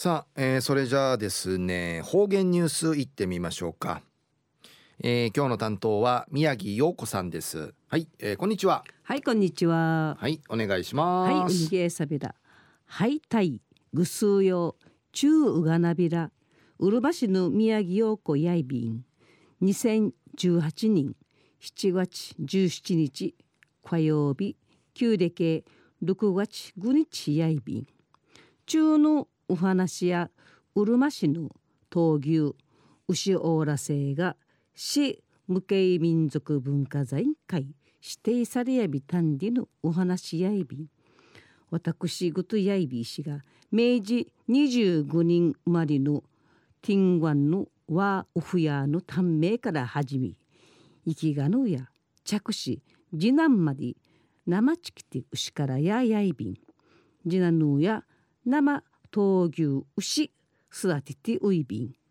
さあ、それじゃあですね、方言ニュースいってみましょうか。今日の担当は宮城陽子さんです。はい、こんにちは。 はい、こんにちは。 はい、お願いしはい、 ます。 うにげさびら。はい、たい、ぐすうよう、ちゅううがなびら。うるばしの宮城陽子やいびん。2018年7月17日、火曜日、旧暦6月5日やいびん。中のお話やうるま市の闘牛、牛オーラ製が市無形民族文化財会指定されやびたんりのお話やいびん。私ぐとやいび氏が明治25年生まれのティンワンのワーウフヤーの短命から始め、生きがのや着手次男まで生ちきて牛からやいびん。次男のや生闘牛牛育ててういびん。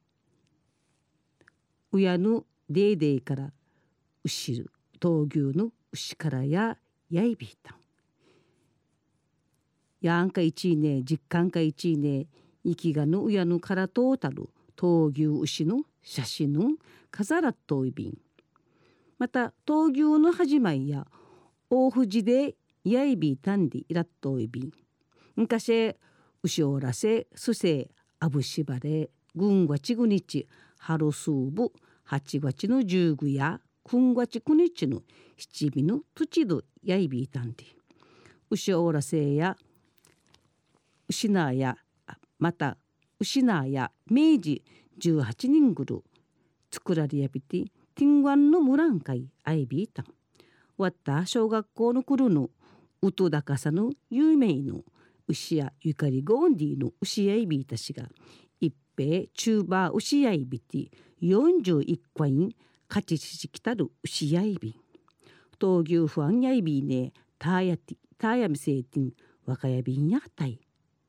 親のデーデーから牛る闘牛の牛からやいびいたん。やんか一位ね実感か一位ね生きがの親のからとうたる闘牛牛の写真の飾らっといびん。また闘牛の始まりや大藤でやいびいたんでいらっといびん。昔牛おらせすせあぶしばれ軍月5日春数部8月の19や9月9日の七味の土地どやいびいたんで牛おらせや牛なやまた牛なや明治18人ぐる作られやびてティンワンの村んかいあいびいたん。わった小学校の頃のうとだかさの有名の牛やゆかりゴンディの牛やいびいたしが一平中馬牛やいびて41個in勝ちしきたる牛やいびん。闘牛不安やいびねたやみせいてん若やびんやたい。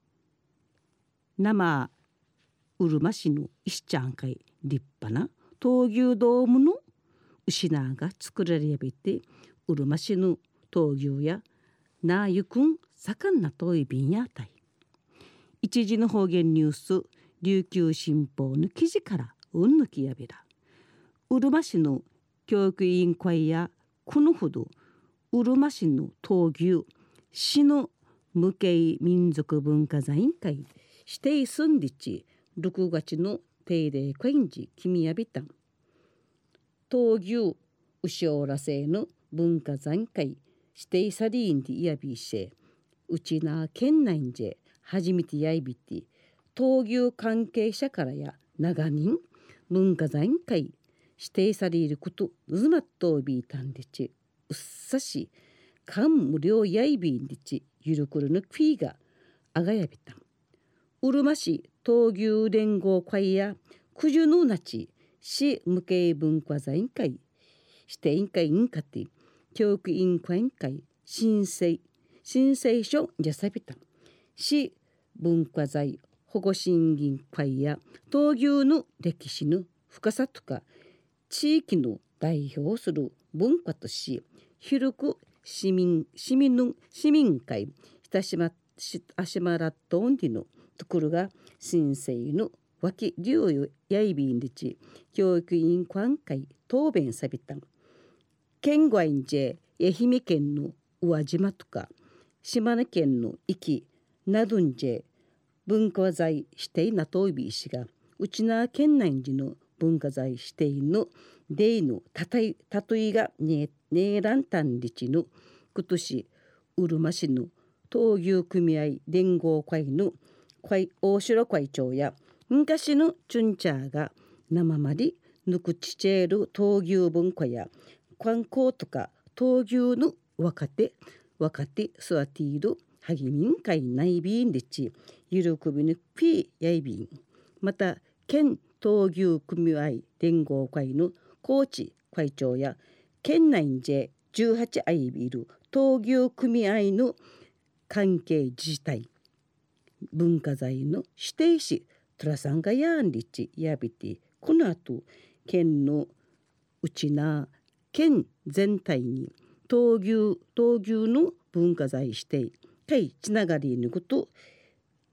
生うるま市の石ちゃんかい立派な闘牛ドームの牛なが作られやびてうるま市の闘牛やなゆくん盛んなといびんやたい。一時の方言ニュース琉球新報の記事からうんぬきやびら。うるま市の教育委員会やこのほどうるま市の闘牛市の無形民族文化財委員会指定寸日6月の定例会議君やびたん。闘牛牛おらせの文化財委員会指定さりんでいやびしうちな県内んじ初めてやいびて闘牛関係者からや長年文化財委員会指定されることずまっとびいたんでちうっさし感無料やいびんでちゆるくるのクイがあがやびたん。うるま市闘牛連合会や九十のなち市無形文化財委員会指定委員会委員会教育委員会委員会申請書じゃさびたん。市文化財保護審議会や闘牛の歴史の深さとか地域の代表する文化とし広く市民会親しまあしまらっとんりのところが申請の脇流やいびんでち教育委員会答弁さびたん。県外んじ愛媛県の宇和島とか島根県の壱岐などんじ文化財指定なといびいしがうちな県内時の文化財指定のデイのたといがねえらんたんりちの今年うるま市の闘牛組合連合会の大城会長や昔のチュンチャーが生まりぬくちちえる闘牛文化や観光とか闘牛の若手育ている励みん会内ビンでちゆるくびぬピーやいびん。また県闘牛組合連合会の高知会長や県内で18あいびる闘牛組合の関係自治体文化財の指定しトラさんがやんりちやびてこの後県のうちな県全体に闘牛の文化財指定会つながりぬこと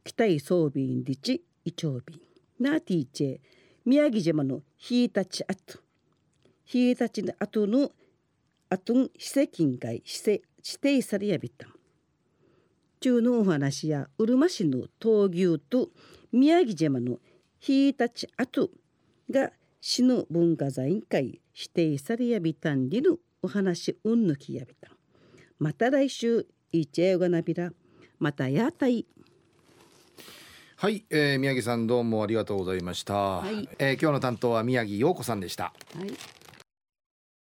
北井装備員リチイチョウビンナーティーチェ宮城島の日立ち跡日立ちの後の後ん施設近海指定されやびた中のお話やうるま市の闘牛と宮城島の日立ち跡が市の文化財委員会指定されやびたんりのお話うんぬきやびたまた来週いちえがなびらまたやたいはい、宮城さんどうもありがとうございました、はい。今日の担当は宮城陽子さんでした。 はい。